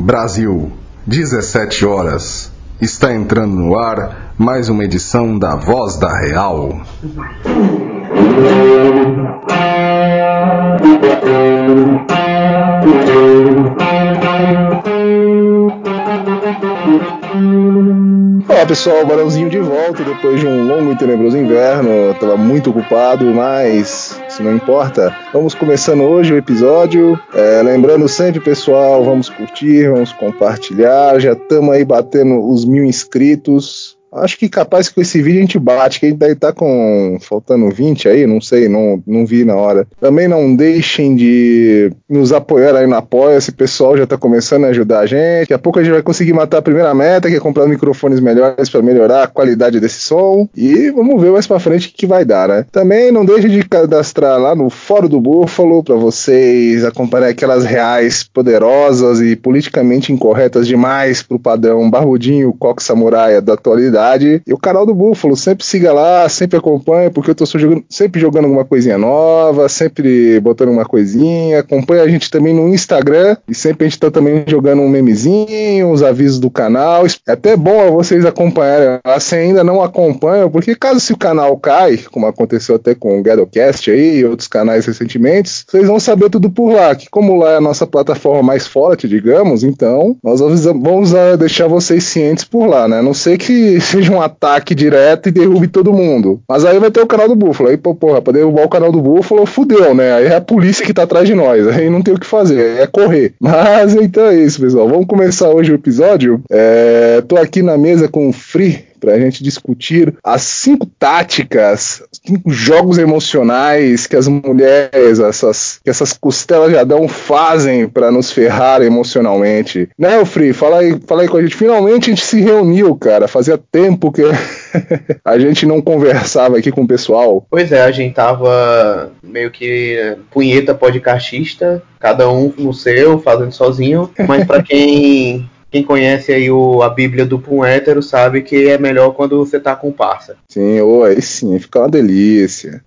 Brasil, 17 horas. Está entrando no ar mais uma edição da Voz da Real. Olá pessoal, Barãozinho de volta depois de um longo e tenebroso inverno. Eu estava muito ocupado, mas isso não importa. Vamos começando hoje o episódio. Lembrando sempre, pessoal, vamos curtir, vamos compartilhar. Já estamos aí batendo os 1000 inscritos. Acho que capaz que com esse vídeo a gente bate, que a gente deve estar com faltando 20 aí, não sei, não vi na hora. Também não deixem de nos apoiar aí no Apoia, esse pessoal já está começando a ajudar a gente. Daqui a pouco a gente vai conseguir matar a primeira meta, que é comprar microfones melhores para melhorar a qualidade desse som. E vamos ver mais para frente o que vai dar, né? Também não deixem de cadastrar lá no Fórum do Búfalo para vocês acompanhar aquelas reais poderosas e politicamente incorretas demais pro padrão barbudinho, coque samurai da atualidade. E o canal do Búfalo, sempre siga lá, sempre acompanha, porque eu tô sempre jogando alguma coisinha nova, sempre botando uma coisinha. Acompanha a gente também no Instagram, e sempre a gente tá também jogando um memezinho, os avisos do canal. É até bom vocês acompanharem lá, se ainda não acompanham, porque caso se o canal cai, como aconteceu até com o GadoCast aí e outros canais recentemente, vocês vão saber tudo por lá, que como lá é a nossa plataforma mais forte, digamos, então nós vamos deixar vocês cientes por lá, né? A não sei que seja um ataque direto e derrube todo mundo. Mas aí vai ter o canal do Búfalo. Aí, porra, pra derrubar o canal do Búfalo, fudeu, né? Aí é a polícia que tá atrás de nós. Aí não tem o que fazer, é correr. Mas então é isso, pessoal. Vamos começar hoje o episódio. Tô aqui na mesa com o Free pra gente discutir as 5 táticas, 5 jogos emocionais que as mulheres, que essas costelas de Adão fazem pra nos ferrar emocionalmente. Né, Free? Fala aí com a gente. Finalmente a gente se reuniu, cara. Fazia tempo que a gente não conversava aqui com o pessoal. Pois é, a gente tava meio que punheta podcastista, cada um no seu, fazendo sozinho, mas pra quem conhece aí a Bíblia do Pum Hétero sabe que é melhor quando você tá com parça. Sim, aí sim, fica uma delícia.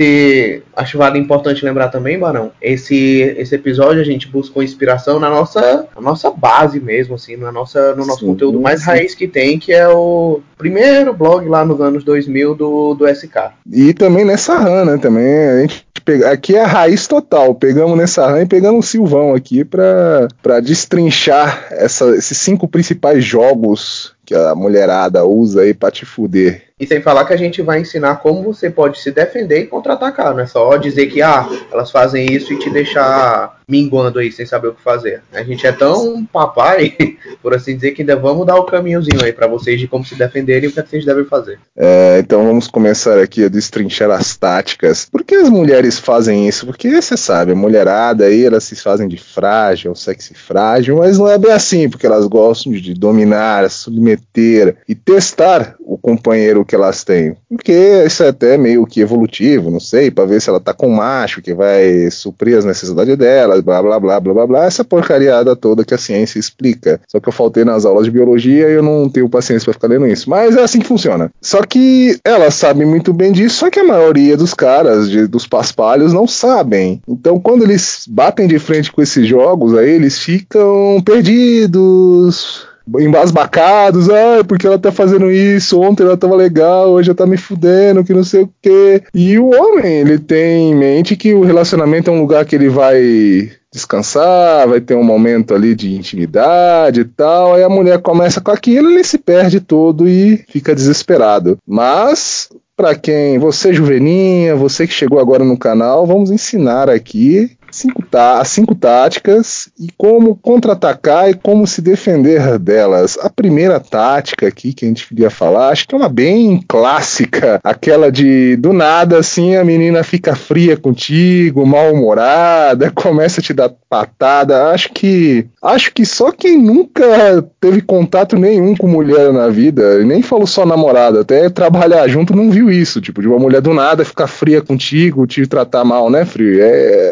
E acho vale importante lembrar também, Barão, esse episódio a gente buscou inspiração na nossa base mesmo, assim, no nosso conteúdo mais raiz que tem, que é o primeiro blog lá nos anos 2000 do SK. E também nessa RAM, né, também, a gente aqui é a raiz total, pegamos nessa RAM e pegamos o Silvão aqui pra destrinchar esses 5 principais jogos que a mulherada usa aí pra te fuder. E sem falar que a gente vai ensinar como você pode se defender e contra-atacar, não é só dizer que elas fazem isso e te deixar minguando aí sem saber o que fazer. A gente é tão papai, por assim dizer, que ainda vamos dar o caminhozinho aí pra vocês de como se defenderem e o que vocês devem fazer. Então vamos começar aqui a destrinchar as táticas. Por que as mulheres fazem isso? Porque você sabe, a mulherada aí, elas se fazem de frágil, sexy frágil, mas não é bem assim, porque elas gostam de dominar, submeter e testar o companheiro que elas têm. Porque isso é até meio que evolutivo, não sei, pra ver se ela tá com um macho que vai suprir as necessidades delas, blá blá blá blá blá blá, essa porcariada toda que a ciência explica. Só que eu faltei nas aulas de biologia e eu não tenho paciência pra ficar lendo isso. Mas é assim que funciona. Só que elas sabem muito bem disso, só que a maioria dos caras, dos paspalhos, não sabem. Então quando eles batem de frente com esses jogos aí, eles ficam perdidos, embasbacados, porque ela tá fazendo isso, ontem ela tava legal, hoje ela tá me fudendo, que não sei o quê. E o homem, ele tem em mente que o relacionamento é um lugar que ele vai descansar, vai ter um momento ali de intimidade e tal, aí a mulher começa com aquilo, ele se perde todo e fica desesperado. Mas para você juveninha, você que chegou agora no canal, vamos ensinar aqui as 5 táticas e como contra-atacar e como se defender delas. A primeira tática aqui que a gente queria falar, acho que é uma bem clássica, aquela de do nada assim a menina fica fria contigo, mal-humorada, começa a te dar patada. Acho que só quem nunca teve contato nenhum com mulher na vida, nem falo só namorada, até trabalhar junto não viu isso, tipo, de uma mulher do nada ficar fria contigo, te tratar mal, né, Frio? É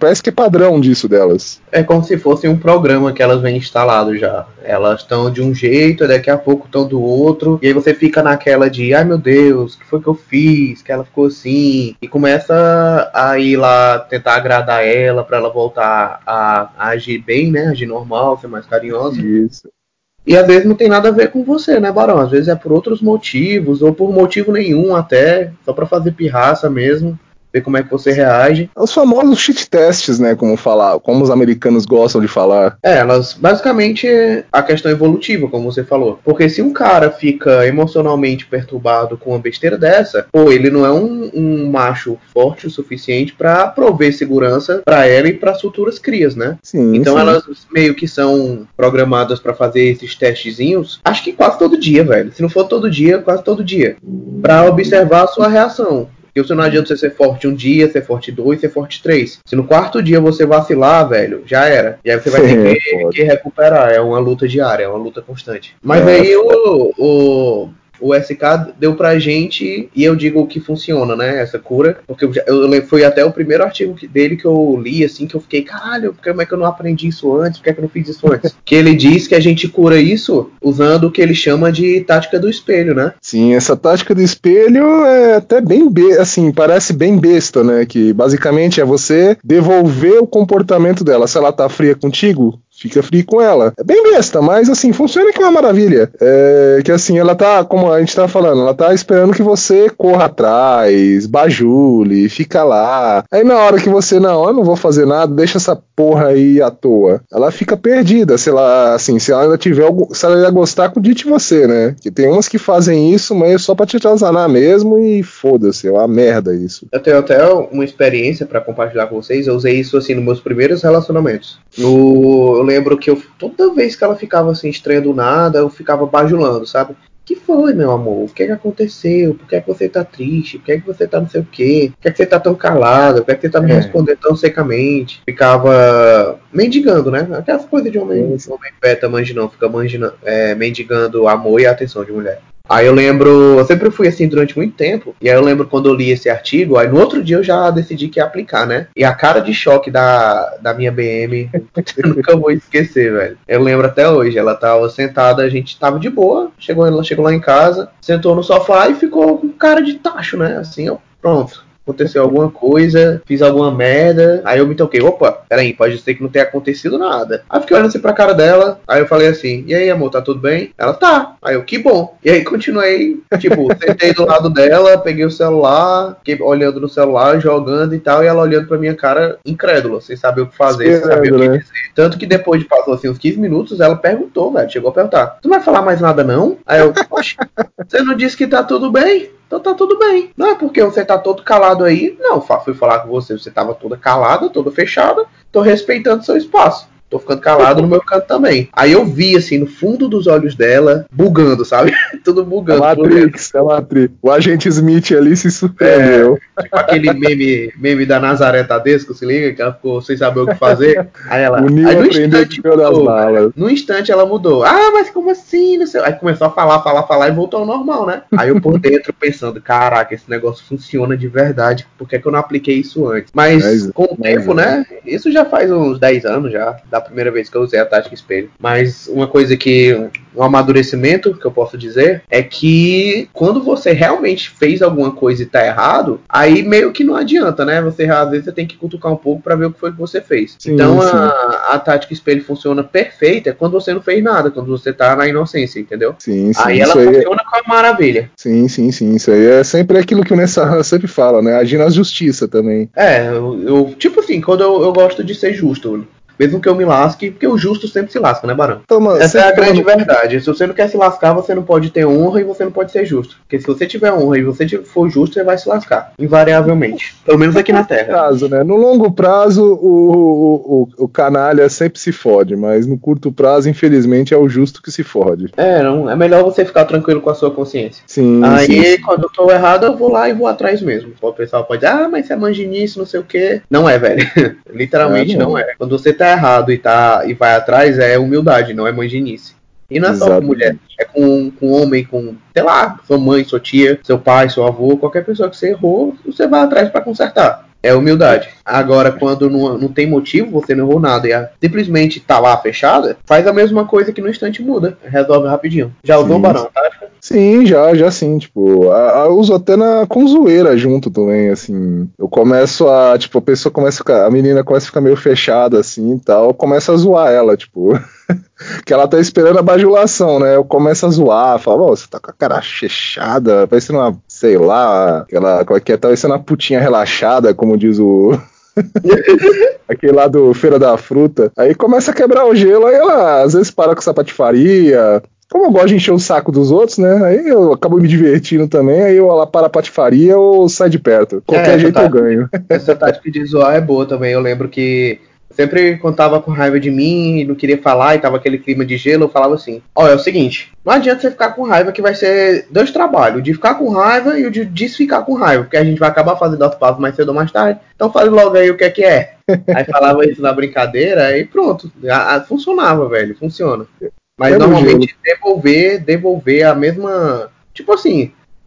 Parece que é padrão disso delas. É como se fosse um programa que elas vêm instalado já. Elas estão de um jeito, daqui a pouco estão do outro. E aí você fica naquela de, ai meu Deus, o que foi que eu fiz? Que ela ficou assim. E começa a ir lá tentar agradar ela pra ela voltar a agir bem, né? Agir normal, ser mais carinhosa. Isso. E às vezes não tem nada a ver com você, né, Barão? Às vezes é por outros motivos, ou por motivo nenhum até, só pra fazer pirraça mesmo, ver como é que você reage. Os famosos shit tests, né? Como os americanos gostam de falar. Elas, basicamente, a questão evolutiva, como você falou. Porque se um cara fica emocionalmente perturbado com uma besteira dessa, pô, ele não é um macho forte o suficiente pra prover segurança pra ela e pras futuras crias, né? Sim, Então sim. elas meio que são programadas pra fazer esses testezinhos, acho que quase todo dia, velho. Se não for todo dia, quase todo dia. Pra observar a sua reação. Porque não adianta você ser forte um dia, ser forte 2, ser forte 3. Se no quarto dia você vacilar, velho, já era. E aí você vai ter que recuperar. É uma luta diária, é uma luta constante. Mas aí o SK deu pra gente, e eu digo que funciona, né, essa cura, porque foi até o primeiro artigo dele que eu li, assim, que eu fiquei, caralho, como é que eu não aprendi isso antes? Por que é que eu não fiz isso antes? Que ele diz que a gente cura isso usando o que ele chama de tática do espelho, né? Sim, essa tática do espelho é até bem, assim, parece bem besta, né, que basicamente é você devolver o comportamento dela. Se ela tá fria contigo, fica frio com ela. É bem besta, mas assim, funciona que é uma maravilha. Que assim, ela tá, como a gente tá falando, ela tá esperando que você corra atrás, bajule, fica lá. Aí na hora que você, não, eu não vou fazer nada, deixa essa porra aí à toa. Ela fica perdida, se ela ainda tiver se ela ainda gostar de você, né? Que tem umas que fazem isso, mas é só pra te atazanar mesmo e foda-se, é uma merda isso. Eu tenho até uma experiência pra compartilhar com vocês, eu usei isso assim nos meus primeiros relacionamentos. Eu lembro que toda vez que ela ficava assim estranha do nada, eu ficava bajulando, sabe? Que foi, meu amor? O que é que aconteceu? Por que é que você tá triste? Por que é que você tá não sei o quê? Por que é que você tá tão calado? Por que é que você tá me respondendo tão secamente? Ficava mendigando, né? Aquelas coisas de homem beta manginão, fica mendigando amor e atenção de mulher. Aí eu lembro, eu sempre fui assim durante muito tempo, e aí eu lembro quando eu li esse artigo, aí no outro dia eu já decidi que ia aplicar, né? E a cara de choque da minha BM, eu nunca vou esquecer, velho. Eu lembro até hoje, ela tava sentada, a gente tava de boa, ela chegou lá em casa, sentou no sofá e ficou com cara de tacho, né? Assim, ó, pronto. Aconteceu alguma coisa, fiz alguma merda, aí eu me toquei, opa, peraí, pode ser que não tenha acontecido nada. Aí eu fiquei olhando assim pra cara dela, aí eu falei assim, e aí amor, tá tudo bem? Ela, tá. Aí eu, que bom. E aí continuei, tipo, sentei do lado dela, peguei o celular, fiquei olhando no celular, jogando e tal, e ela olhando pra minha cara, incrédula, sem saber o que fazer, sem saber o que dizer. Tanto que depois de passar assim uns 15 minutos, ela perguntou, velho, chegou a perguntar, tu não vai falar mais nada não? Aí eu, oxe, você não disse que tá tudo bem? Então tá tudo bem. Não é porque você tá todo calado aí. Não, fui falar com você. Você tava toda calada, toda fechada. Tô respeitando seu espaço. Tô ficando calado no meu canto também. Aí eu vi, assim, no fundo dos olhos dela, bugando, sabe? Tudo bugando. É Matrix. O agente Smith ali se surpreendeu. Tipo aquele meme da Nazaré Tedesco, se liga? Que ela ficou sem saber o que fazer. Aí ela... O Neo aí no aprendeu instante o das mudou. balas. No instante ela mudou. Ah, mas como assim? Não sei. Aí começou a falar e voltou ao normal, né? Aí eu por dentro pensando, caraca, esse negócio funciona de verdade. Por que é que eu não apliquei isso antes? Mas com o tempo, né? Isso já faz uns 10 anos já, da primeira vez que eu usei a tática espelho. Mas uma coisa que... um amadurecimento que eu posso dizer é que quando você realmente fez alguma coisa e tá errado, aí meio que não adianta, né? Às vezes você tem que cutucar um pouco pra ver o que foi que você fez. Sim, então a tática espelho funciona perfeita quando você não fez nada, quando você tá na inocência, entendeu? Sim, aí ela funciona com a maravilha. Sim. Isso aí é sempre aquilo que o Nessa sempre fala, né? Agir na justiça também. Eu tipo assim, quando eu gosto de ser justo. Mesmo que eu me lasque, porque o justo sempre se lasca, né, Barão? Essa é a grande verdade. Se você não quer se lascar, você não pode ter honra e você não pode ser justo. Porque se você tiver honra e você for justo, você vai se lascar. Invariavelmente. Pelo menos aqui na Terra. Prazo, né? No longo prazo, o canalha sempre se fode, mas no curto prazo, infelizmente, é o justo que se fode. Não, é melhor você ficar tranquilo com a sua consciência. Sim. Quando eu tô errado, eu vou lá e vou atrás mesmo. O pessoal pode dizer, mas você é manjinice, não sei o quê. Não é, velho. Literalmente não é. Quando você tá errado e vai atrás, é humildade, não é manjinice. E não é só com mulher, é com homem, com, sei lá, sua mãe, sua tia, seu pai, seu avô, qualquer pessoa que você errou, você vai atrás pra consertar. É humildade. Agora, quando não tem motivo, você não errou nada e simplesmente tá lá fechada, faz a mesma coisa que no instante muda. Resolve rapidinho. Já usou o Barão, tá? Sim, já sim, tipo, eu uso até com zoeira junto também, assim, eu começo tipo, a menina começa a ficar meio fechada, assim, e tal, eu começo a zoar ela, tipo, que ela tá esperando a bajulação, né, eu começo a zoar, falo, você tá com a cara fechada, parecendo uma, sei lá, como é que é, tá parecendo uma putinha relaxada, como diz o... aquele lá do Feira da Fruta, aí começa a quebrar o gelo, aí ela às vezes para com essa patifaria. Como eu gosto de encher o saco dos outros, né? Aí eu acabo me divertindo também, aí eu lá para a patifaria ou sai de perto. Qualquer jeito eu ganho. Essa tática de zoar é boa também. Eu lembro que sempre quando tava com raiva de mim e não queria falar e tava aquele clima de gelo, eu falava assim: ó, é o seguinte, não adianta você ficar com raiva que vai ser 2 trabalhos, o de ficar com raiva e o de desficar com raiva, porque a gente vai acabar fazendo nosso papo mais cedo ou mais tarde, então fale logo aí o que é. Aí falava isso na brincadeira e pronto. Funcionava, velho, funciona. Mas normalmente devolver a mesma. Tipo assim,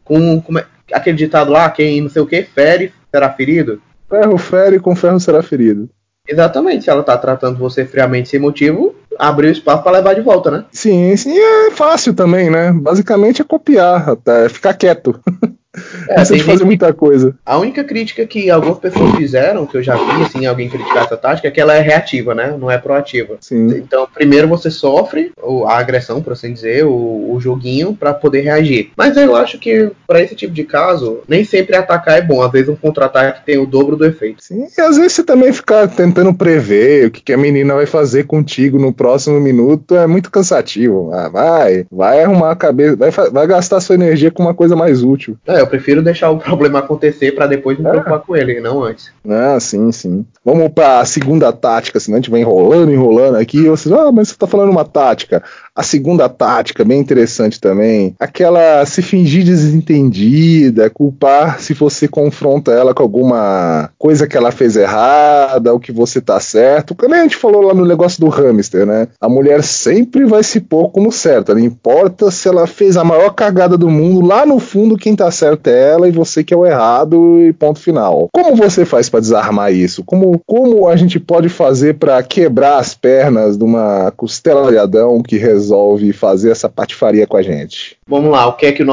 aquele ditado lá, quem não sei o que fere, será ferido. Ferro fere, com ferro será ferido. Exatamente, se ela tá tratando você friamente sem motivo, abriu espaço pra levar de volta, né? Sim, é fácil também, né? Basicamente é copiar, até ficar quieto. Não precisa de fazer muita coisa. A única crítica que algumas pessoas fizeram, que eu já vi, assim, alguém criticar essa tática, é que ela é reativa, né? Não é proativa. Sim. Então, primeiro você sofre a agressão, por assim dizer, o joguinho, pra poder reagir. Mas eu acho que, pra esse tipo de caso, nem sempre atacar é bom. Às vezes um contra-ataque tem o dobro do efeito. Sim, e às vezes você também ficar tentando prever o que a menina vai fazer contigo no próximo minuto é muito cansativo. Vai arrumar a cabeça, vai gastar sua energia com uma coisa mais útil. Eu prefiro deixar o problema acontecer pra depois me preocupar com ele, não antes. Sim. Vamos pra segunda tática, senão a gente vai enrolando aqui. E vocês, mas você tá falando uma tática. A segunda tática, bem interessante também, aquela se fingir desentendida, culpar se você confronta ela com alguma coisa que ela fez errada, ou que você tá certo. Como a gente falou lá no negócio do hamster, né? A mulher sempre vai se pôr como certa, não importa se ela fez a maior cagada do mundo, lá no fundo quem tá certo é ela e você que é o errado e ponto final. Como você faz pra desarmar isso? Como a gente pode fazer pra quebrar as pernas de uma costela de Adão que resolve fazer essa patifaria com a gente? Vamos lá, o que é que o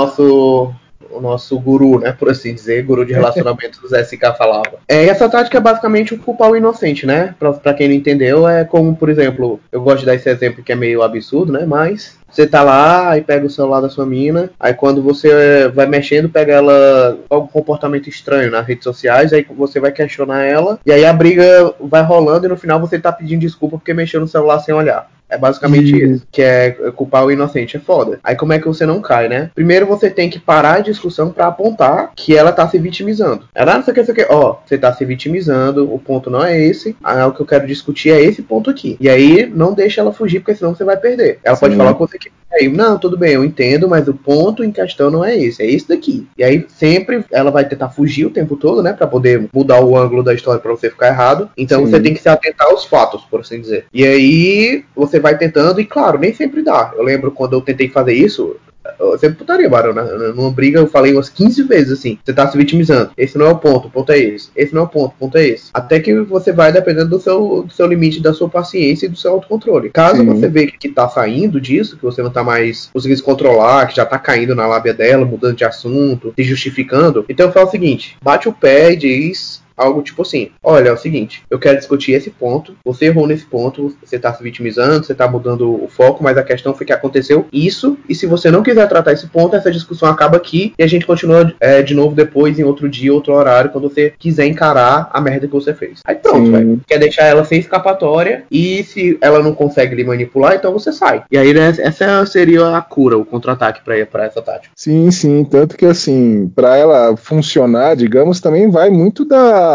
nosso guru, né, por assim dizer, guru de relacionamento do SK falava. Essa tática é basicamente o culpar o inocente, né? Pra quem não entendeu, é como, por exemplo, eu gosto de dar esse exemplo que é meio absurdo, né? Mas você tá lá e pega o celular da sua mina, aí quando você vai mexendo, pega ela com algum comportamento estranho nas redes sociais, aí você vai questionar ela, e aí a briga vai rolando e no final você tá pedindo desculpa porque mexeu no celular sem olhar. É basicamente isso, que é culpar o inocente, é foda. Aí como é que você não cai, né? Primeiro você tem que parar a discussão pra apontar que ela tá se vitimizando. Ela não sei o que, você tá se vitimizando, o ponto não é esse, o que eu quero discutir é esse ponto aqui. E aí não deixa ela fugir, porque senão você vai perder. Ela pode falar o que você quer. Aí, não, tudo bem, eu entendo, mas o ponto em questão não é esse, é esse daqui. E aí sempre ela vai tentar fugir o tempo todo, né, pra poder mudar o ângulo da história pra você ficar errado. Então você tem que se atentar aos fatos, por assim dizer. E aí você vai tentando, e claro, nem sempre dá. Eu lembro quando eu tentei fazer isso, eu sempre putaria, Barão, né? Numa briga eu falei umas 15 vezes assim: você tá se vitimizando, esse não é o ponto é esse. Esse não é o ponto é esse. Até que você vai dependendo do seu limite, da sua paciência e do seu autocontrole. Caso você vê que tá saindo disso, que você não tá mais conseguindo se controlar, que já tá caindo na lábia dela, mudando de assunto, se justificando, então eu falo o seguinte: bate o pé e diz algo tipo assim: olha, é o seguinte, eu quero discutir esse ponto, você errou nesse ponto, você tá se vitimizando, você tá mudando o foco, mas a questão foi que aconteceu isso, e se você não quiser tratar esse ponto, essa discussão acaba aqui, e a gente continua de novo depois, em outro dia, outro horário, quando você quiser encarar a merda que você fez. Aí pronto, velho. Quer deixar ela sem escapatória, e se ela não consegue lhe manipular, então você sai. E aí, né, essa seria a cura, o contra-ataque pra essa tática. Sim, tanto que assim, pra ela funcionar, digamos, também vai muito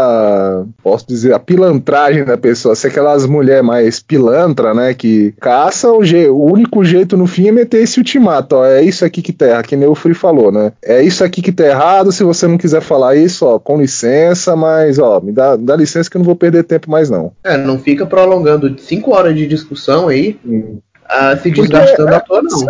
posso dizer, a pilantragem da pessoa, se aquelas mulheres mais pilantra, né, que caça, o único jeito no fim é meter esse ultimato, ó, é isso aqui que tá errado, que nem o Free falou, né, é isso aqui que tá errado, se você não quiser falar isso, ó, com licença, mas, ó, me dá licença que eu não vou perder tempo mais não. Não fica prolongando 5 horas de discussão aí, se desgastando à toa, não.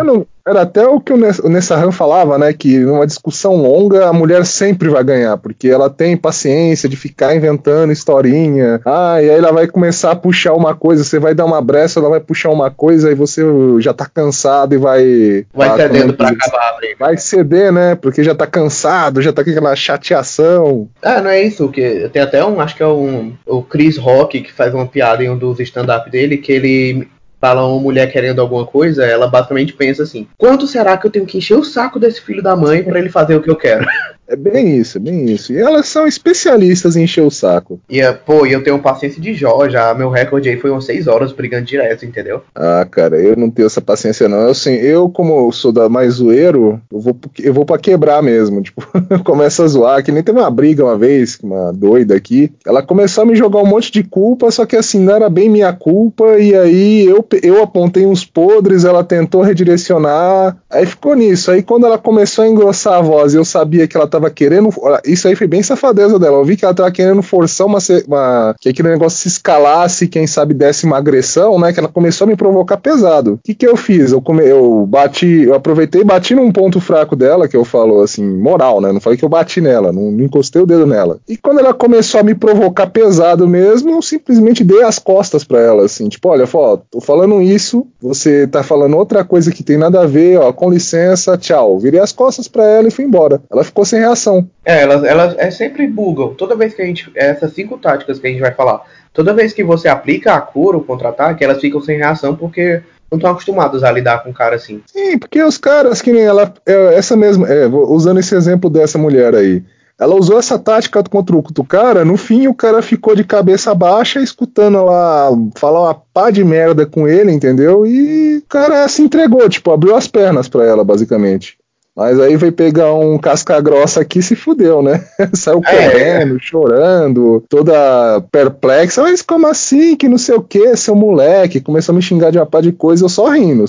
Era até o que o Nessahan falava, né? Que numa discussão longa a mulher sempre vai ganhar, porque ela tem paciência de ficar inventando historinha. E aí ela vai começar a puxar uma coisa, você vai dar uma brecha, ela vai puxar uma coisa e você já tá cansado e vai cedendo pra acabar a briga. Vai ceder, né? Porque já tá cansado, já tá com aquela chateação. Não é isso, que tem até acho que é o Chris Rock que faz uma piada em um dos stand-up dele, que ele fala uma mulher querendo alguma coisa, ela basicamente pensa assim: quanto será que eu tenho que encher o saco desse filho da mãe pra ele fazer o que eu quero? É bem isso, bem isso. E elas são especialistas em encher o saco. E eu tenho paciência de Jó, já meu recorde aí foi umas 6 horas brigando direto, entendeu? Cara, eu não tenho essa paciência não. Eu como eu sou da mais zoeiro, eu vou pra quebrar mesmo. Tipo, começa a zoar, que nem teve uma briga uma vez, uma doida aqui. Ela começou a me jogar um monte de culpa, só que assim, não era bem minha culpa, e aí eu apontei uns podres, ela tentou redirecionar, aí ficou nisso. Aí quando ela começou a engrossar a voz e eu sabia que ela tava querendo, isso aí foi bem safadeza dela, eu vi que ela tava querendo forçar que aquele negócio se escalasse, quem sabe desse uma agressão, né, que ela começou a me provocar pesado. O que eu fiz? Eu aproveitei e bati num ponto fraco dela, que eu falo assim, moral, né, não falei que eu bati nela, não encostei o dedo nela. E quando ela começou a me provocar pesado mesmo, eu simplesmente dei as costas pra ela, assim, tipo, olha, tô falando isso, você tá falando outra coisa que tem nada a ver, com licença, tchau. Virei as costas pra ela e fui embora. Ela ficou sem reação. Elas é sempre bugam. Toda vez que essas 5 táticas que a gente vai falar, toda vez que você aplica a cura, o contra-ataque, elas ficam sem reação porque não estão acostumados a lidar com um cara assim. Sim, porque os caras que nem ela, essa mesma, usando esse exemplo dessa mulher aí, ela usou essa tática contra o cara, no fim o cara ficou de cabeça baixa, escutando ela falar uma pá de merda com ele, entendeu? E o cara se entregou, tipo, abriu as pernas pra ela, basicamente. Mas aí veio pegar um casca grossa aqui e se fudeu, né? Saiu correndo, chorando, toda perplexa. Mas como assim? Que não sei o que, seu moleque. Começou a me xingar de uma pá de coisa, eu só rindo.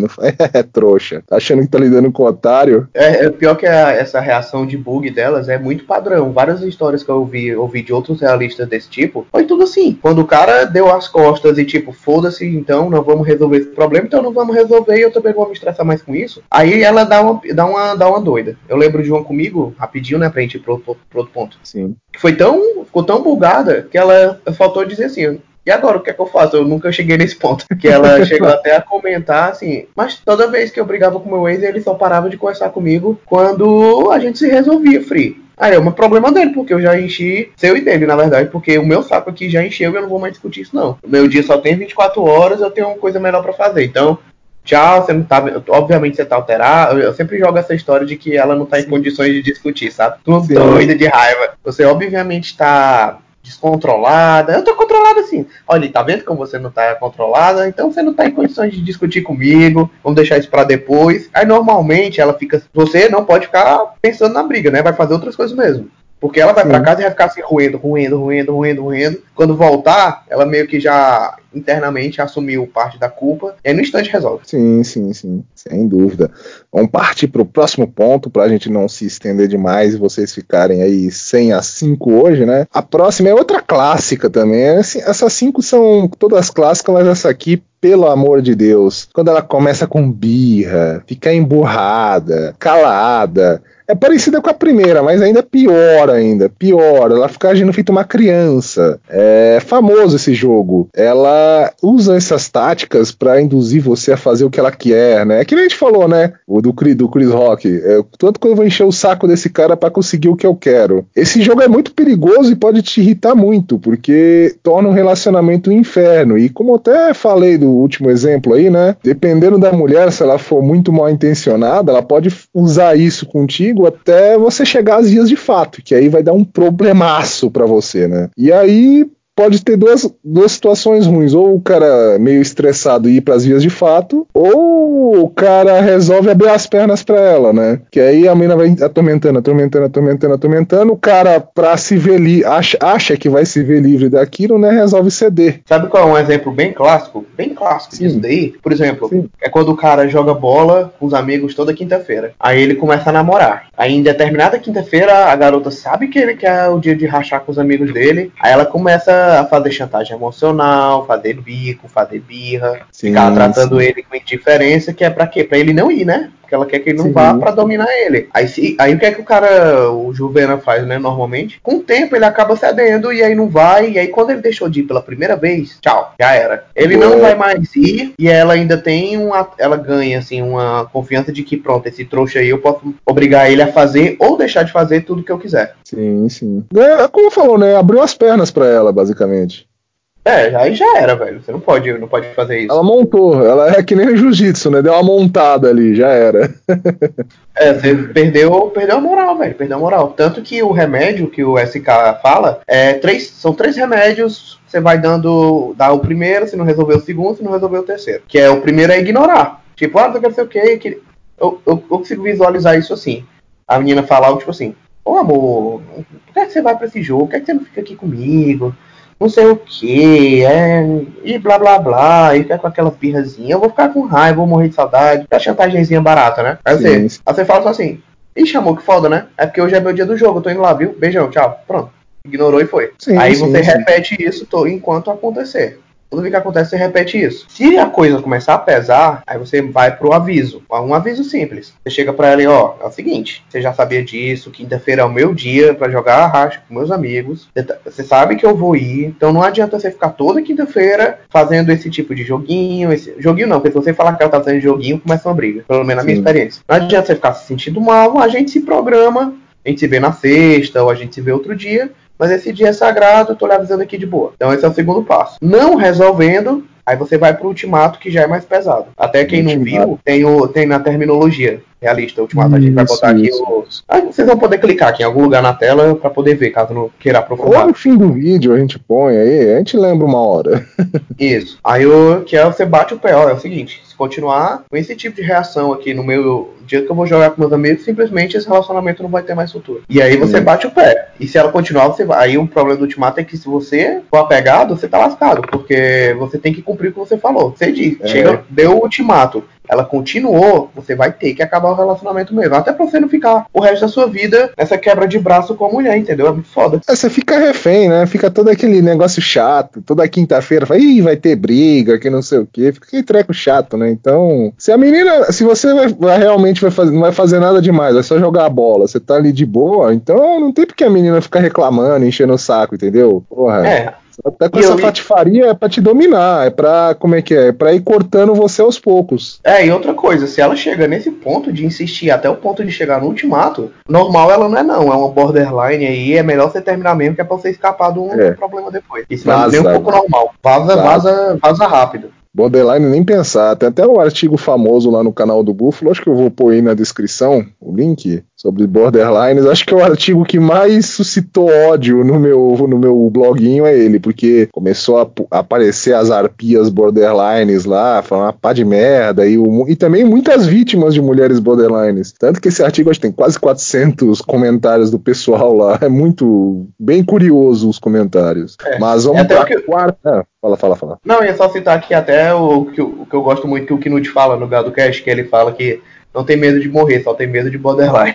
Trouxa. Tá achando que tá lidando com otário? Pior que essa reação de bug delas é muito padrão. Várias histórias que eu ouvi de outros realistas desse tipo, foi tudo assim. Quando o cara deu as costas e tipo, foda-se, então não vamos resolver esse problema, então não vamos resolver e eu também não vou me estressar mais com isso. Aí ela dá uma doida. Eu lembro de uma comigo, rapidinho, né, pra gente ir pro outro ponto. Sim. Ficou tão bugada que ela faltou dizer assim: e agora, o que é que eu faço? Eu nunca cheguei nesse ponto. Que ela chegou até a comentar assim, mas toda vez que eu brigava com meu ex, ele só parava de conversar comigo quando a gente se resolvia, Free. Aí é um problema dele, porque eu já enchi, seu e dele, na verdade, porque o meu saco aqui já encheu e eu não vou mais discutir isso, não. O meu dia só tem 24 horas, eu tenho uma coisa melhor pra fazer. Então, tchau, você não tá. Obviamente você tá alterado. Eu sempre jogo essa história de que ela não tá em condições de discutir, sabe? Tô doida de raiva. Você obviamente tá descontrolada. Eu tô controlada assim. Olha, tá vendo como você não tá controlada? Então você não tá em condições de discutir comigo. Vamos deixar isso pra depois. Aí normalmente ela fica. Você não pode ficar pensando na briga, né? Vai fazer outras coisas mesmo. Porque ela vai pra casa e vai ficar assim, roendo. Quando voltar, ela meio que já internamente assumiu parte da culpa. E aí no instante resolve. Sim. Sem dúvida. Vamos partir pro próximo ponto, pra gente não se estender demais e vocês ficarem aí 100 a 5 hoje, né? A próxima é outra clássica também. Essas 5 são todas clássicas, mas essa aqui, pelo amor de Deus, quando ela começa com birra, fica emburrada, calada, é parecida com a primeira, mas ainda pior, ela fica agindo feito uma criança. É famoso esse jogo. Ela usa essas táticas pra induzir você a fazer o que ela quer, né? É que nem a gente falou, né? O do Chris Rock. Tanto que eu vou encher o saco desse cara pra conseguir o que eu quero. Esse jogo é muito perigoso e pode te irritar muito, porque torna um relacionamento um inferno. E como eu até falei do último exemplo aí, né? Dependendo da mulher, se ela for muito mal intencionada, ela pode usar isso contigo até você chegar às vias de fato, que aí vai dar um problemaço pra você, né? E aí pode ter duas situações ruins, ou o cara meio estressado ir pras vias de fato, ou o cara resolve abrir as pernas pra ela, né? Que aí a menina vai atormentando, o cara pra se ver acha que vai se ver livre daquilo, né? Resolve ceder. Sabe qual é um exemplo bem clássico? Bem clássico disso daí? Por exemplo, é quando o cara joga bola com os amigos toda quinta-feira. Aí ele começa a namorar. Aí em determinada quinta-feira a garota sabe que ele quer o dia de rachar com os amigos dele. Aí ela começa a fazer chantagem emocional, fazer bico, fazer birra, ficar tratando ele com indiferença, que é pra quê? Pra ele não ir, né? Porque ela quer que ele não vá pra dominar ele. Aí o que é que o Juvena faz, né, normalmente? Com o tempo ele acaba cedendo e aí não vai, e aí quando ele deixou de ir pela primeira vez, tchau, já era. Ele não vai mais ir, e ela ainda tem ela ganha, assim, uma confiança de que, pronto, esse trouxa aí eu posso obrigar ele a fazer ou deixar de fazer tudo que eu quiser. Sim, sim. Como falou, né, abriu as pernas pra ela, basicamente. Aí já era, velho. Você não pode fazer isso. Ela montou, ela é que nem o jiu-jitsu, né? Deu uma montada ali, já era. Você perdeu a moral, velho. Perdeu a moral. Tanto que o remédio que o SK fala são 3 remédios. Você vai dá o primeiro, se não resolver o segundo, se não resolver o terceiro. Que é o primeiro é ignorar. Tipo, você quer ser o quê? Eu consigo visualizar isso assim. A menina fala algo tipo assim: ô amor, por que você vai pra esse jogo? Por que você não fica aqui comigo? Não sei o que, e blá blá blá, e fica com aquela pirrazinha, eu vou ficar com raiva, vou morrer de saudade, a chantagemzinha barata, né? Aí você fala só assim, ixi amor, que foda, né? É porque hoje é meu dia do jogo, eu tô indo lá, viu? Beijão, tchau, pronto. Ignorou e foi. Aí você repete isso enquanto acontecer. Tudo que acontece, você repete isso. Se a coisa começar a pesar, aí você vai pro aviso. Um aviso simples. Você chega pra ela e, ó, é o seguinte, você já sabia disso, quinta-feira é o meu dia pra jogar arrasto com meus amigos. Você sabe que eu vou ir, então não adianta você ficar toda quinta-feira fazendo esse tipo de joguinho. Joguinho não, porque se você falar que ela tá fazendo joguinho, começa uma briga. Pelo menos na minha experiência. Não adianta você ficar se sentindo mal, a gente se programa, a gente se vê na sexta, ou a gente se vê outro dia. Mas esse dia é sagrado, eu tô lhe avisando aqui de boa. Então esse é o segundo passo. Não resolvendo, aí você vai pro ultimato, que já é mais pesado. Até quem não viu, tem na terminologia realista, ultimato. A gente vai botar aqui vocês vão poder clicar aqui em algum lugar na tela pra poder ver, caso não queira aprofundar. Ou no fim do vídeo a gente põe aí, a gente lembra uma hora. Isso. Aí você bate o pé, ó, é o seguinte, se continuar com esse tipo de reação aqui no meu dia que eu vou jogar com meus amigos, simplesmente esse relacionamento não vai ter mais futuro. E aí você bate o pé. E se ela continuar, você vai. Aí o problema do ultimato é que se você for apegado, você tá lascado, porque você tem que cumprir o que você falou. Você diz, deu o ultimato, ela continuou, você vai ter que acabar o relacionamento mesmo. Até pra você não ficar o resto da sua vida nessa quebra de braço com a mulher, entendeu? É muito foda. Você fica refém, né? Fica todo aquele negócio chato. Toda quinta-feira, vai ter briga, que não sei o quê. Fica aquele treco chato, né? Então, se você realmente não vai fazer nada demais, vai só jogar a bola, você tá ali de boa, então não tem porque a menina ficar reclamando, enchendo o saco, entendeu? Porra. Até com essa patifaria é pra te dominar, é pra, é pra ir cortando você aos poucos. E outra coisa, se ela chega nesse ponto de insistir até o ponto de chegar no ultimato, normal ela não é uma borderline aí, é melhor você terminar mesmo, que é pra você escapar do problema depois. Isso não é nem um pouco normal. Vaza rápido. Borderline nem pensar, tem até um artigo famoso lá no canal do Buffalo, acho que eu vou pôr aí na descrição o link sobre borderlines, acho que é o artigo que mais suscitou ódio no meu bloguinho é ele, porque começou a aparecer as arpias borderlines lá, falando uma pá de merda, e também muitas vítimas de mulheres borderlines, tanto que esse artigo acho que tem quase 400 comentários do pessoal lá, é muito, bem curioso os comentários. Mas vamos pra quarta... Fala. Não, ia só citar aqui até o que eu gosto muito que o Knut fala no Gado Cast, que ele fala que não tem medo de morrer, só tem medo de borderline.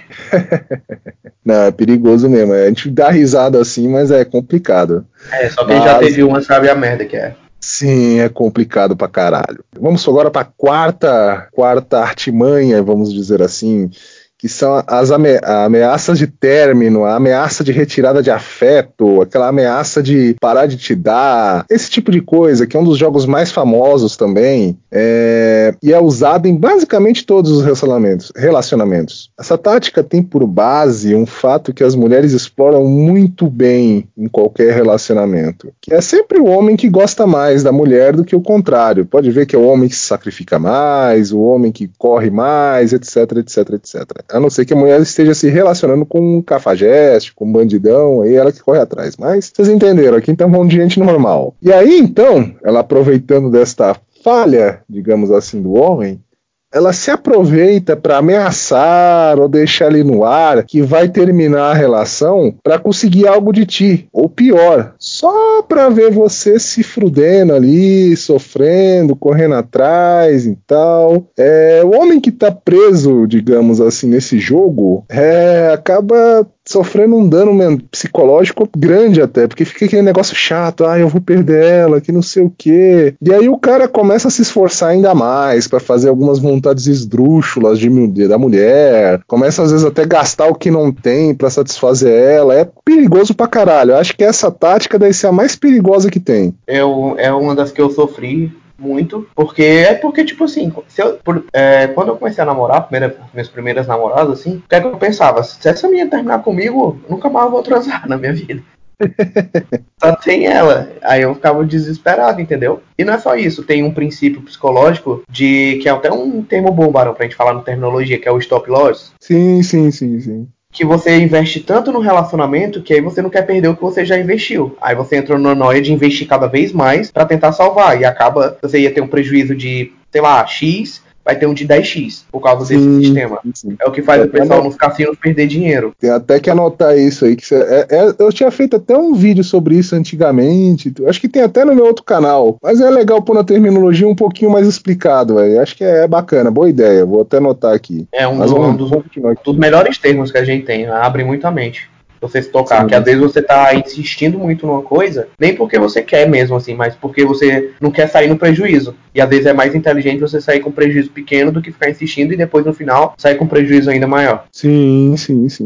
Não, é perigoso mesmo. A gente dá risada assim, mas é complicado. Só quem já teve uma sabe a merda que é. Sim, é complicado pra caralho. Vamos agora pra quarta artimanha, vamos dizer assim, que são as ameaças de término, a ameaça de retirada de afeto, aquela ameaça de parar de te dar, esse tipo de coisa, que é um dos jogos mais famosos também, e é usado em basicamente todos os relacionamentos. Essa tática tem por base um fato que as mulheres exploram muito bem em qualquer relacionamento, que é sempre o homem que gosta mais da mulher do que o contrário. Pode ver que é o homem que se sacrifica mais, o homem que corre mais, etc, etc, etc. A não ser que a mulher esteja se relacionando com um cafajeste, com um bandidão, aí ela que corre atrás. Mas vocês entenderam, aqui então vamos de gente normal. E aí então, ela aproveitando desta falha, digamos assim, do homem, ela se aproveita para ameaçar ou deixar ali no ar que vai terminar a relação para conseguir algo de ti, ou pior, só para ver você se frudendo ali, sofrendo, correndo atrás e tal. O homem que tá preso, digamos assim, nesse jogo, acaba sofrendo um dano psicológico grande até, porque fica aquele negócio chato, eu vou perder ela, que não sei o quê. E aí o cara começa a se esforçar ainda mais para fazer algumas vontades esdrúxulas da mulher, começa às vezes até gastar o que não tem para satisfazer ela. É perigoso pra caralho. Eu acho que essa tática deve ser a mais perigosa que tem. É uma das que eu sofri muito, porque tipo assim, quando eu comecei a namorar, minhas primeiras namoradas, assim, o que é que eu pensava? Se essa menina terminar comigo, nunca mais vou transar na minha vida. Só tem ela. Aí eu ficava desesperado, entendeu? E não é só isso, tem um princípio psicológico que é até um termo bom, Barão, pra gente falar na terminologia, que é o stop loss. Sim. Que você investe tanto no relacionamento que aí você não quer perder o que você já investiu. Aí você entra na noia de investir cada vez mais pra tentar salvar. E acaba, você ia ter um prejuízo de, sei lá, X, vai ter um de 10x por causa desse sistema. Sim. É o que faz o pessoal nos cassinos perder dinheiro. Tem até que anotar isso aí. Eu tinha feito até um vídeo sobre isso antigamente. Acho que tem até no meu outro canal. Mas é legal pôr na terminologia um pouquinho mais explicado. Acho que é bacana, boa ideia. Vou até anotar aqui. É um dos melhores termos que a gente tem. Abre muito a mente. Você se tocar, sim. Que às vezes você tá insistindo muito numa coisa, nem porque você quer mesmo, assim, mas porque você não quer sair no prejuízo. E às vezes é mais inteligente você sair com prejuízo pequeno do que ficar insistindo e depois no final sair com prejuízo ainda maior. Sim.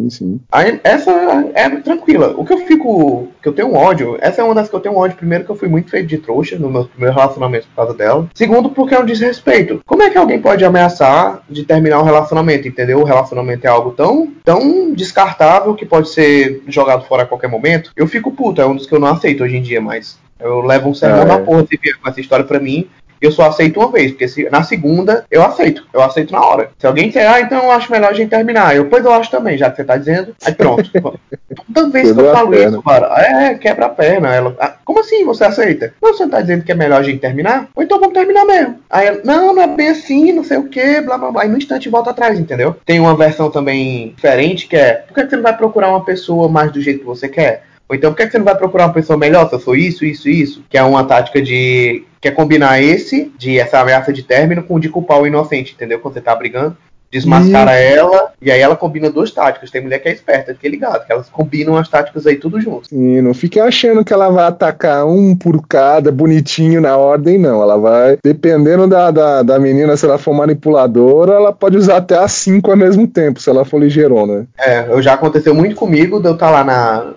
Aí, essa é tranquila. O que eu tenho um ódio, essa é uma das que eu tenho um ódio. Primeiro, que eu fui muito feito de trouxa no meu primeiro relacionamento por causa dela. Segundo, porque é um desrespeito. Como é que alguém pode ameaçar de terminar um relacionamento, entendeu? O relacionamento é algo tão descartável que pode ser jogado fora a qualquer momento. Eu fico puto, é um dos que eu não aceito hoje em dia mais. Eu levo um sermão na porra se vier com essa história pra mim. Eu só aceito uma vez, porque na segunda eu aceito na hora. Se alguém disser, então eu acho melhor a gente terminar. Pois eu acho também, já que você tá dizendo. Aí pronto. Toda vez que eu falo isso, cara, quebra a perna. Ela, como assim você aceita? Não, você não tá dizendo que é melhor a gente terminar? Ou então vamos terminar mesmo. Aí ela, não é bem assim, não sei o que, blá blá blá. E no instante volta atrás, entendeu? Tem uma versão também diferente que é, por que você não vai procurar uma pessoa mais do jeito que você quer? Ou então, por que você não vai procurar uma pessoa melhor se eu sou isso? Que é uma tática de... Quer combinar essa ameaça de término com o de culpar o inocente, entendeu? Quando você tá brigando, desmascara ela, e aí ela combina duas táticas. Tem mulher que é esperta, fica ligado, que elas combinam as táticas aí tudo junto. Sim, não fique achando que ela vai atacar um por cada, bonitinho na ordem, não. Ela vai, dependendo da menina, se ela for manipuladora, ela pode usar até as 5 ao mesmo tempo, se ela for ligeirona. Já aconteceu muito comigo, de eu estar lá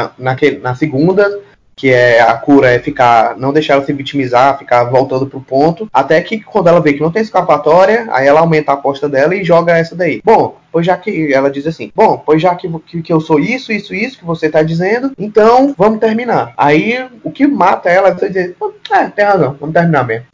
na segunda, que a cura é não deixar ela se vitimizar, ficar voltando pro ponto, até que quando ela vê que não tem escapatória, aí ela aumenta a aposta dela e joga essa daí. Bom, pois já que ela diz assim, pois já que eu sou isso que você tá dizendo, então vamos terminar. Aí o que mata ela é você dizer, tem razão, vamos terminar mesmo.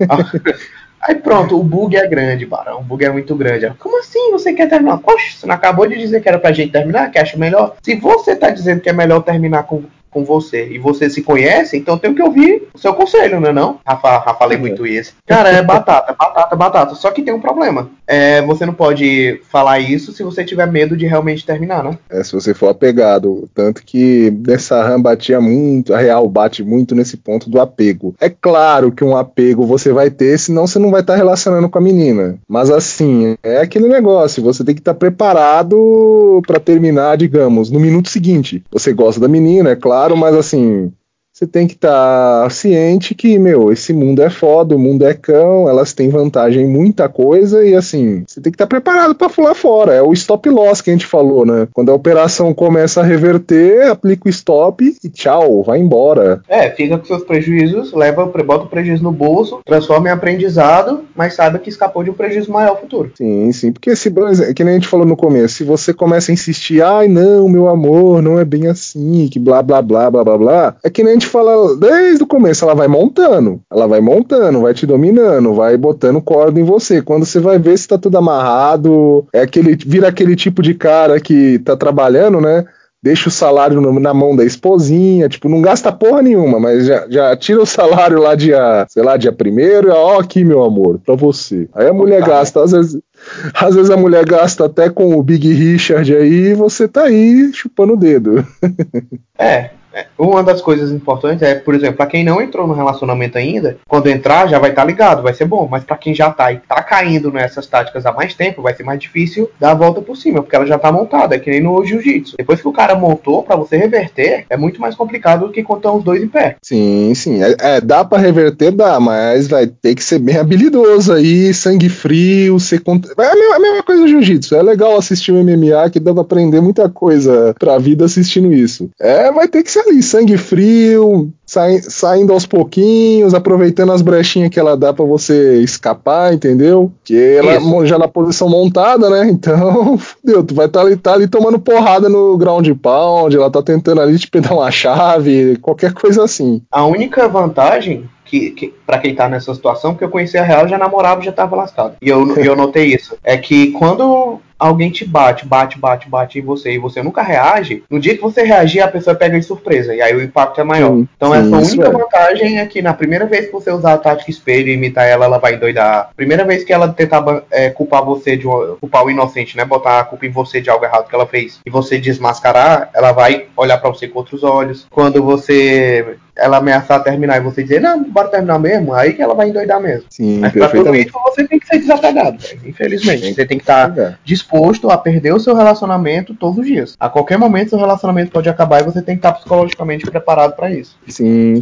Aí pronto, o bug é grande, Barão. O bug é muito grande. Ela, como assim você quer terminar? Poxa, você não acabou de dizer que era pra gente terminar? Que acha melhor? Se você tá dizendo que é melhor terminar com você e você se conhece, então tem que ouvir o seu conselho, não é não? Rafa falei muito isso. Cara, é batata. Só que tem um problema. Você não pode falar isso se você tiver medo de realmente terminar, né? Se você for apegado. Tanto que nessa RAM batia muito, a real bate muito nesse ponto do apego. É claro que um apego você vai ter, senão você não vai estar relacionando com a menina. Mas assim, é aquele negócio, você tem que estar preparado para terminar, digamos, no minuto seguinte. Você gosta da menina, é claro, mas assim, você tem que estar ciente que, esse mundo é foda, o mundo é cão, elas têm vantagem em muita coisa e assim, você tem que estar preparado para pular fora. É o stop loss que a gente falou, né? Quando a operação começa a reverter, aplica o stop e tchau, vai embora. Fica com seus prejuízos, bota o prejuízo no bolso, transforma em aprendizado, mas saiba que escapou de um prejuízo maior no futuro. Sim, porque que nem a gente falou no começo, se você começa a insistir, não, meu amor, não é bem assim, que blá blá blá blá blá blá, é que nem a gente fala desde o começo, ela vai montando, vai te dominando, vai botando corda em você. Quando você vai ver se tá tudo amarrado, vira aquele tipo de cara que tá trabalhando, né? deixa o salário na mão da esposinha, tipo, não gasta porra nenhuma, mas já tira o salário lá dia 1º, ó, aqui, meu amor, pra você. Aí a mulher gasta, às vezes a mulher gasta até com o Big Richard aí, e você tá aí chupando o dedo. Uma das coisas importantes é, por exemplo, pra quem não entrou no relacionamento ainda, quando entrar já vai estar ligado, vai ser bom, mas pra quem já tá e tá caindo nessas táticas há mais tempo, vai ser mais difícil dar a volta por cima, porque ela já tá montada, é que nem no jiu-jitsu. Depois que o cara montou, pra você reverter, é muito mais complicado do que quando estão os dois em pé. Sim, dá pra reverter, dá, mas vai ter que ser bem habilidoso aí, sangue frio, é a mesma coisa do jiu-jitsu, é legal assistir o MMA, que dá pra aprender muita coisa pra vida assistindo isso. Vai ter que ser ali, sangue frio, saindo aos pouquinhos, aproveitando as brechinhas que ela dá pra você escapar, entendeu? Que ela já na posição montada, né? Então, fudeu, tu vai tá ali tomando porrada no ground pound, ela tá tentando ali te dar uma chave, qualquer coisa assim. A única vantagem que para quem tá nessa situação, porque eu conheci a Real, já namorava e já tava lascado. E eu notei isso. É que quando alguém te bate em você e você nunca reage, no dia que você reagir, a pessoa pega de surpresa. E aí o impacto é maior. Então essa única vantagem é que na primeira vez que você usar a tática espelho e imitar ela, ela vai endoidar. Primeira vez que ela tentar culpar você culpar o inocente, né? Botar a culpa em você de algo errado que ela fez e você desmascarar, ela vai olhar pra você com outros olhos. Quando ela ameaçar terminar e você dizer, não, bora terminar mesmo, aí que ela vai endoidar mesmo. Sim, mas pra tudo isso você tem que ser desapegado, infelizmente. Você tem que estar disposto a perder o seu relacionamento todos os dias. A qualquer momento seu relacionamento pode acabar e você tem que estar psicologicamente preparado pra isso. Sim.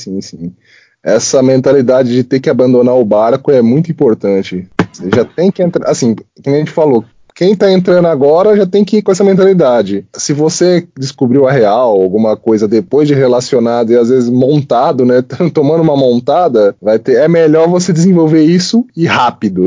Essa mentalidade de ter que abandonar o barco é muito importante. Você já tem que entrar, assim, como a gente falou, quem tá entrando agora já tem que ir com essa mentalidade. Se você descobriu a real, alguma coisa depois de relacionado e às vezes montado, né, tomando uma montada, é melhor você desenvolver isso e rápido.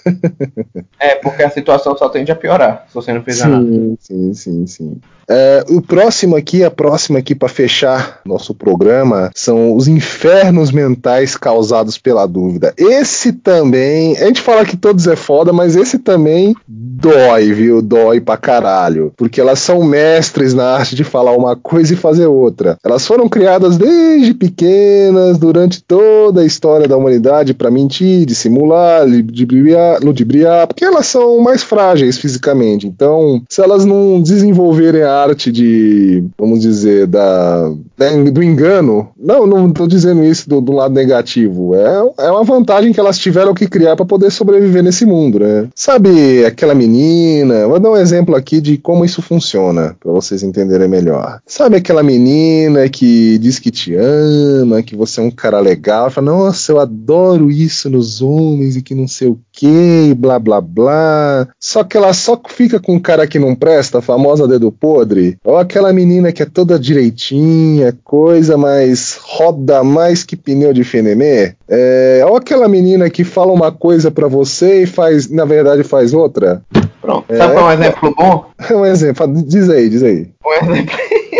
Porque a situação só tende a piorar se você não fizer nada. Sim. A próxima aqui para fechar nosso programa são os infernos mentais causados pela dúvida. Esse também, a gente fala que todos é foda, mas esse também dói, viu? Dói pra caralho. Porque elas são mestres na arte de falar uma coisa e fazer outra. Elas foram criadas desde pequenas, durante toda a história da humanidade, para mentir, dissimular, ludibriar, porque elas são mais frágeis fisicamente. Então, se elas não desenvolverem a arte de, vamos dizer, do engano, não estou dizendo isso do lado negativo, é uma vantagem que elas tiveram que criar para poder sobreviver nesse mundo, né? Sabe aquela menina, vou dar um exemplo aqui de como isso funciona, para vocês entenderem melhor. Sabe aquela menina que diz que te ama, que você é um cara legal, fala, nossa, eu adoro isso nos homens e que não sei o que, blá blá blá, só que ela só fica com um cara que não presta, a famosa dedo podre, ou aquela menina que é toda direitinha, coisa, mas roda mais que pneu de fenemê, ou aquela menina que fala uma coisa pra você e na verdade faz outra. Pronto, sabe qual é um exemplo bom? Um exemplo, diz aí. Um exemplo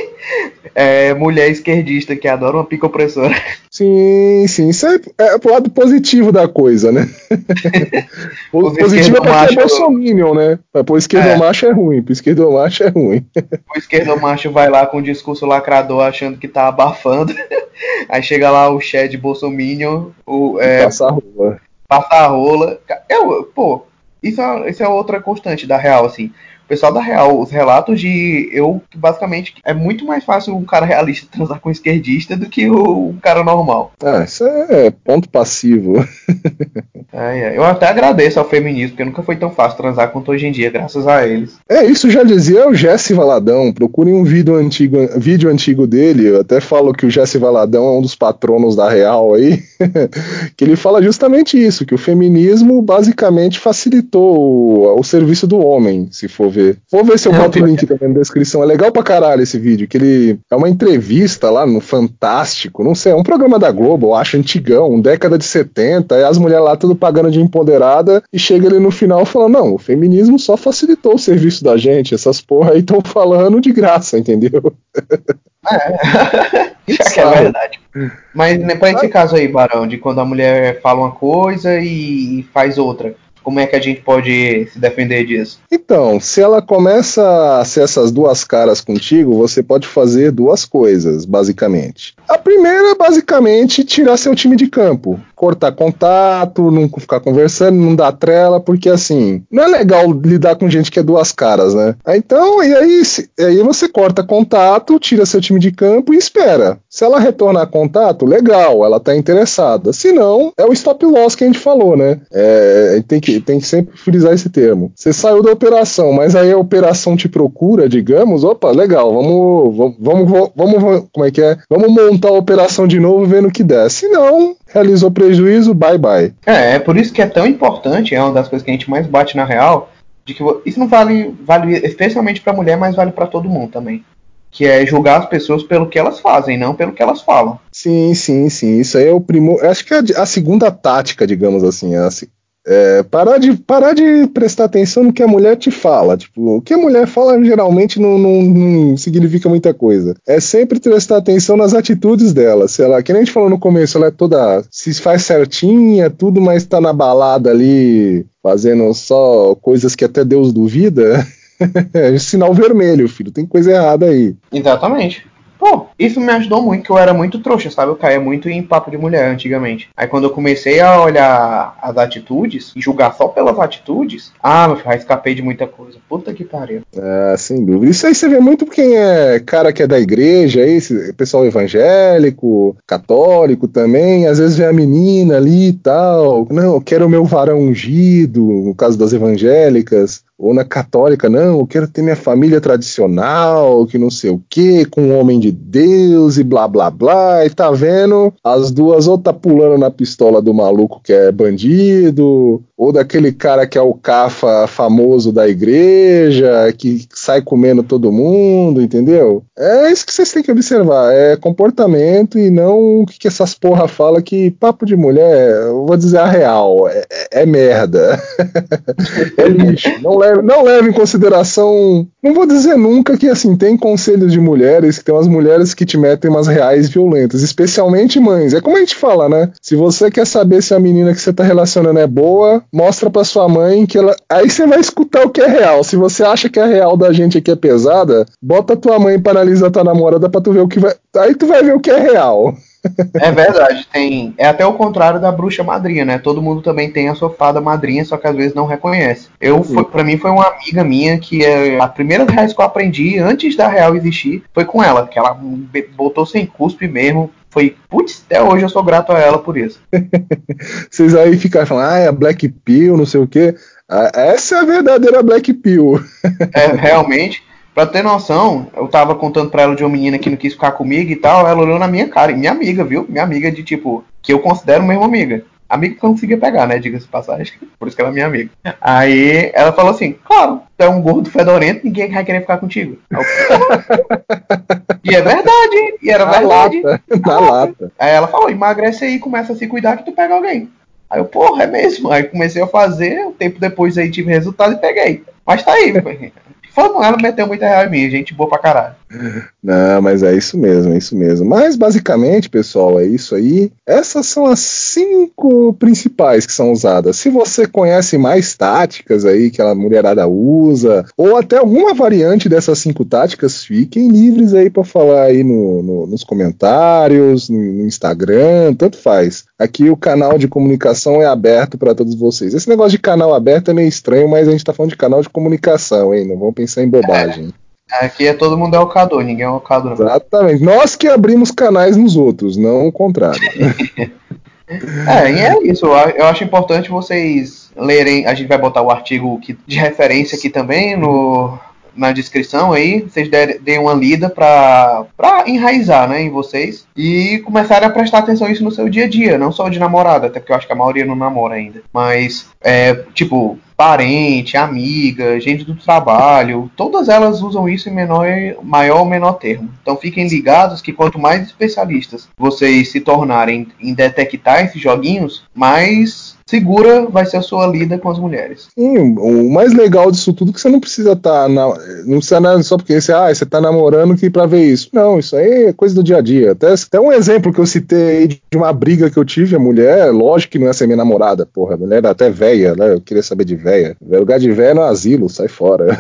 mulher esquerdista que adora uma pica opressora. Sim, isso é pro lado positivo da coisa, né? Positivo é pra quem é bolsominion, né? Pro esquerdomacho é ruim, pro esquerdomacho é ruim. O esquerdomacho vai lá com o discurso lacrador achando que tá abafando, aí chega lá o Chad bolsominion, passa a rola. Isso é outra constante da Real, assim. O pessoal da Real, os relatos basicamente, é muito mais fácil um cara realista transar com um esquerdista do que um cara normal. Isso é ponto passivo. Eu até agradeço ao feminismo, porque nunca foi tão fácil transar quanto hoje em dia, graças a eles. Isso já dizia o Jesse Valadão. Procurem um vídeo antigo dele. Eu até falo que o Jesse Valadão é um dos patronos da Real aí. Que ele fala justamente isso, que o feminismo basicamente facilitou o serviço do homem, se for ver. Vou ver se eu boto o link também na descrição. É legal pra caralho esse vídeo, que ele é uma entrevista lá no Fantástico, não sei, é um programa da Globo, eu acho, antigão, década de 70, e as mulheres lá tudo pagando de empoderada, e chega ele no final falando, não, o feminismo só facilitou o serviço da gente, essas porra aí estão falando de graça, entendeu? Já que é verdade. Mas pra esse caso aí, Barão, de quando a mulher fala uma coisa e faz outra, como é que a gente pode se defender disso? Então, se ela começa a ser essas duas caras contigo, você pode fazer duas coisas, basicamente. A primeira é, basicamente, tirar seu time de campo. Cortar contato, não ficar conversando, não dar trela, porque, assim, não é legal lidar com gente que é duas caras, né? Então, e aí você corta contato, tira seu time de campo e espera. Se ela retornar contato, legal, ela tá interessada. Se não, é o stop loss que a gente falou, né? Tem que sempre frisar esse termo. Você saiu da operação, mas aí a operação te procura, digamos, opa, legal, vamos como é que é? Vamos montar a operação de novo, vendo o que der. Se não, realizou prejuízo, bye bye. É por isso que é tão importante, é uma das coisas que a gente mais bate na real, de que isso não vale especialmente pra mulher, mas vale pra todo mundo também. Que é julgar as pessoas pelo que elas fazem, não pelo que elas falam. Sim. Isso aí é o primor. Acho que é a segunda tática, digamos assim. Parar de prestar atenção no que a mulher te fala. Tipo, o que a mulher fala geralmente não significa muita coisa. É sempre prestar atenção nas atitudes dela. Se ela, que nem a gente falou no começo, ela é toda. Se faz certinha, tudo, mas tá na balada ali, fazendo só coisas que até Deus duvida. É sinal vermelho, filho. Tem coisa errada aí. Exatamente. Pô, isso me ajudou muito, que eu era muito trouxa, sabe? Eu caía muito em papo de mulher antigamente. Aí quando eu comecei a olhar as atitudes, e julgar só pelas atitudes, meu filho, escapei de muita coisa. Puta que pariu. Sem dúvida. Isso aí você vê muito quem é cara que é da igreja, aí, pessoal evangélico, católico também, às vezes vê a menina ali e tal. Não, eu quero o meu varão ungido, no caso das evangélicas. Ou na católica, não, eu quero ter minha família tradicional, que não sei o que, com um homem de Deus e blá blá blá, e tá vendo? As duas ou tá pulando na pistola do maluco que é bandido, ou daquele cara que é o cafa famoso da igreja, que sai comendo todo mundo, entendeu? É isso que vocês têm que observar, é comportamento e não o que essas porra fala que papo de mulher, eu vou dizer a real, é merda. É lixo. Não leve em consideração. Não vou dizer nunca que assim tem conselhos de mulheres, que tem umas mulheres que te metem umas reais violentas, especialmente mães. É como a gente fala, né? Se você quer saber se a menina que você tá relacionando é boa, mostra pra sua mãe que ela. Aí você vai escutar o que é real. Se você acha que a real da gente aqui é pesada, bota tua mãe pra analisar tua namorada pra tu ver o que vai. Aí tu vai ver o que é real. É verdade, é até o contrário da bruxa madrinha, né? Todo mundo também tem a sua fada madrinha, só que às vezes não reconhece. Pra mim foi uma amiga minha que a primeira reais que eu aprendi antes da real existir foi com ela, que ela botou sem cuspe mesmo. Até hoje eu sou grato a ela por isso. Vocês aí ficaram falando, é a Black Pill, não sei o quê. Essa é a verdadeira Black Pill. Realmente. Pra ter noção, eu tava contando pra ela de uma menina que não quis ficar comigo e tal, ela olhou na minha cara, e minha amiga, viu? Minha amiga de tipo, que eu considero mesmo amiga. Amiga que eu não conseguia pegar, né? Diga-se de passagem. Por isso que ela é minha amiga. Aí ela falou assim, claro, tu é um gordo fedorento, ninguém vai querer ficar contigo. E é verdade, e era verdade. Na lata. Aí ela falou, emagrece aí, começa a se cuidar que tu pega alguém. Aí eu, porra, é mesmo? Aí comecei a fazer, um tempo depois aí tive resultado e peguei. Mas tá aí, ela meteu muita real em mim, gente boa pra caralho. Não, mas é isso mesmo, é isso mesmo. Mas basicamente, pessoal, é isso aí. Essas são as 5 principais que são usadas. Se você conhece mais táticas aí que a mulherada usa, ou até alguma variante dessas 5 táticas, fiquem livres aí para falar aí nos comentários, no Instagram, tanto faz. Aqui o canal de comunicação é aberto para todos vocês. Esse negócio de canal aberto é meio estranho, mas a gente tá falando de canal de comunicação, hein? Não vamos pensar em bobagem. Aqui todo mundo é locador, ninguém é locador. Exatamente. Nós que abrimos canais nos outros, não o contrário. E é isso. Eu acho importante vocês lerem. A gente vai botar o artigo de referência aqui também na descrição aí. Vocês deem uma lida pra enraizar, né, em vocês. E começarem a prestar atenção nisso no seu dia a dia. Não só de namorada, até porque eu acho que a maioria não namora ainda. Mas, tipo, parente, amiga, gente do trabalho, todas elas usam isso em maior ou menor termo. Então fiquem ligados que quanto mais especialistas vocês se tornarem em detectar esses joguinhos, mais segura vai ser a sua lida com as mulheres. Sim, o mais legal disso tudo é que você não precisa estar não precisa só porque você tá namorando que pra ver isso. Não, isso aí é coisa do dia a dia. Até um exemplo que eu citei de uma briga que eu tive, a mulher, lógico que não ia ser minha namorada, porra, a mulher era até velha, né? Eu queria saber de velha. Lugar de velha no asilo, sai fora.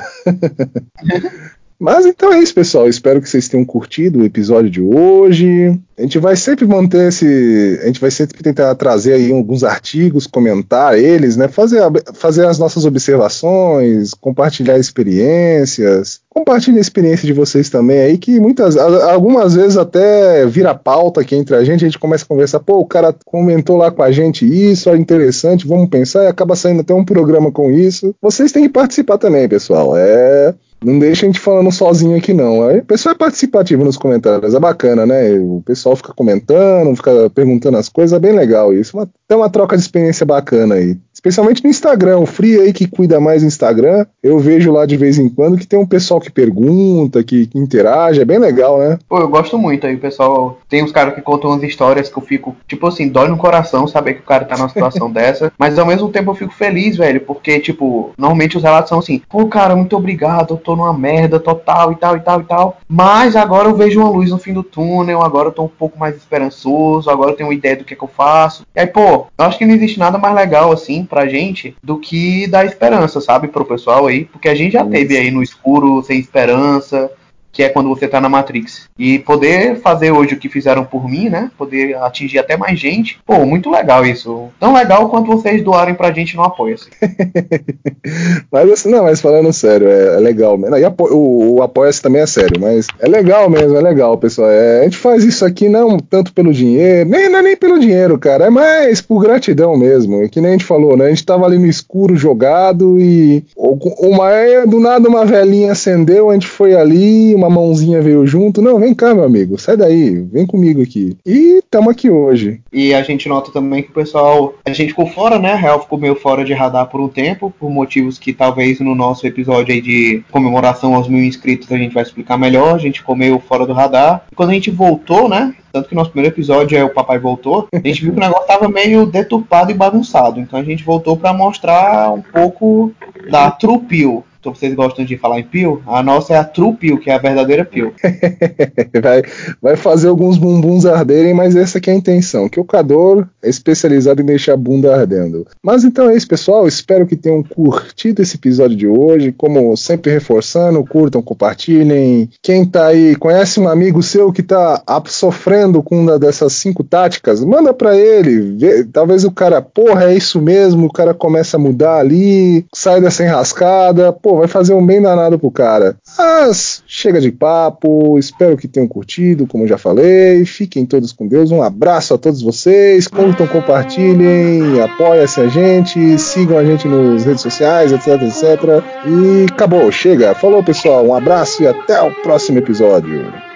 Mas então é isso, pessoal. Espero que vocês tenham curtido o episódio de hoje. A gente vai sempre manter a gente vai sempre tentar trazer aí alguns artigos, comentar eles, né? Fazer as nossas observações, compartilhar experiências. Compartilhe a experiência de vocês também aí, que algumas vezes até vira pauta aqui entre a gente começa a conversar, pô, o cara comentou lá com a gente isso, é interessante, vamos pensar, e acaba saindo até um programa com isso. Vocês têm que participar também, pessoal. Não deixa a gente falando sozinho aqui, não. O pessoal é participativo nos comentários, é bacana, né? O pessoal fica comentando, fica perguntando as coisas, é bem legal isso. Tem uma troca de experiência bacana aí. Especialmente no Instagram, o Free aí que cuida mais do Instagram, eu vejo lá de vez em quando que tem um pessoal que pergunta, que interage, é bem legal, né? Pô, eu gosto muito aí, o pessoal, tem uns caras que contam umas histórias que eu fico, tipo assim, dói no coração saber que o cara tá numa situação dessa, mas ao mesmo tempo eu fico feliz, velho, porque, tipo, normalmente os relatos são assim, pô, cara, muito obrigado, eu tô numa merda total e tal, mas agora eu vejo uma luz no fim do túnel, agora eu tô um pouco mais esperançoso, agora eu tenho uma ideia do que eu faço, e aí, pô, eu acho que não existe nada mais legal, assim, pra gente, do que dar esperança, sabe, pro pessoal aí, porque a gente já teve aí no escuro, sem esperança, que é quando você tá na Matrix. E poder fazer hoje o que fizeram por mim, né? Poder atingir até mais gente. Pô, muito legal isso. Tão legal quanto vocês doarem pra gente no Apoia-se. Mas falando sério, é legal. E o Apoia-se também é sério, mas é legal mesmo, é legal, pessoal. A gente faz isso aqui não tanto pelo dinheiro, não é nem pelo dinheiro, cara, é mais por gratidão mesmo. É que nem a gente falou, né? A gente tava ali no escuro jogado e do nada uma velhinha acendeu, a gente foi ali, uma mãozinha veio junto. Não, vem cá, meu amigo, sai daí, vem comigo aqui. E tamo aqui hoje. E a gente nota também que o pessoal, a gente ficou fora, né? A Real ficou meio fora de radar por um tempo, por motivos que talvez no nosso episódio aí de comemoração aos 1000 inscritos a gente vai explicar melhor. A gente ficou meio fora do radar. E quando a gente voltou, né? Tanto que nosso primeiro episódio é o Papai Voltou, a gente viu que o negócio tava meio deturpado e bagunçado. Então a gente voltou pra mostrar um pouco da True Pill. Então vocês gostam de falar em Pill? A nossa é a True Pill, que é a verdadeira Pill. vai fazer alguns bumbuns arderem, mas essa que é a intenção, que o Cador é especializado em deixar a bunda ardendo. Mas então é isso, pessoal, espero que tenham curtido esse episódio de hoje, como sempre reforçando, curtam, compartilhem. Quem tá aí, conhece um amigo seu que tá sofrendo com uma dessas 5 táticas, manda pra ele, talvez o cara, porra, é isso mesmo, o cara começa a mudar ali, sai dessa enrascada, vai fazer um bem danado pro cara. Mas chega de papo, espero que tenham curtido, como já falei, fiquem todos com Deus, um abraço a todos vocês, curtam, compartilhem, apoiem-se a gente, sigam a gente nas redes sociais, etc, etc. E acabou, chega, falou pessoal, um abraço e até o próximo episódio.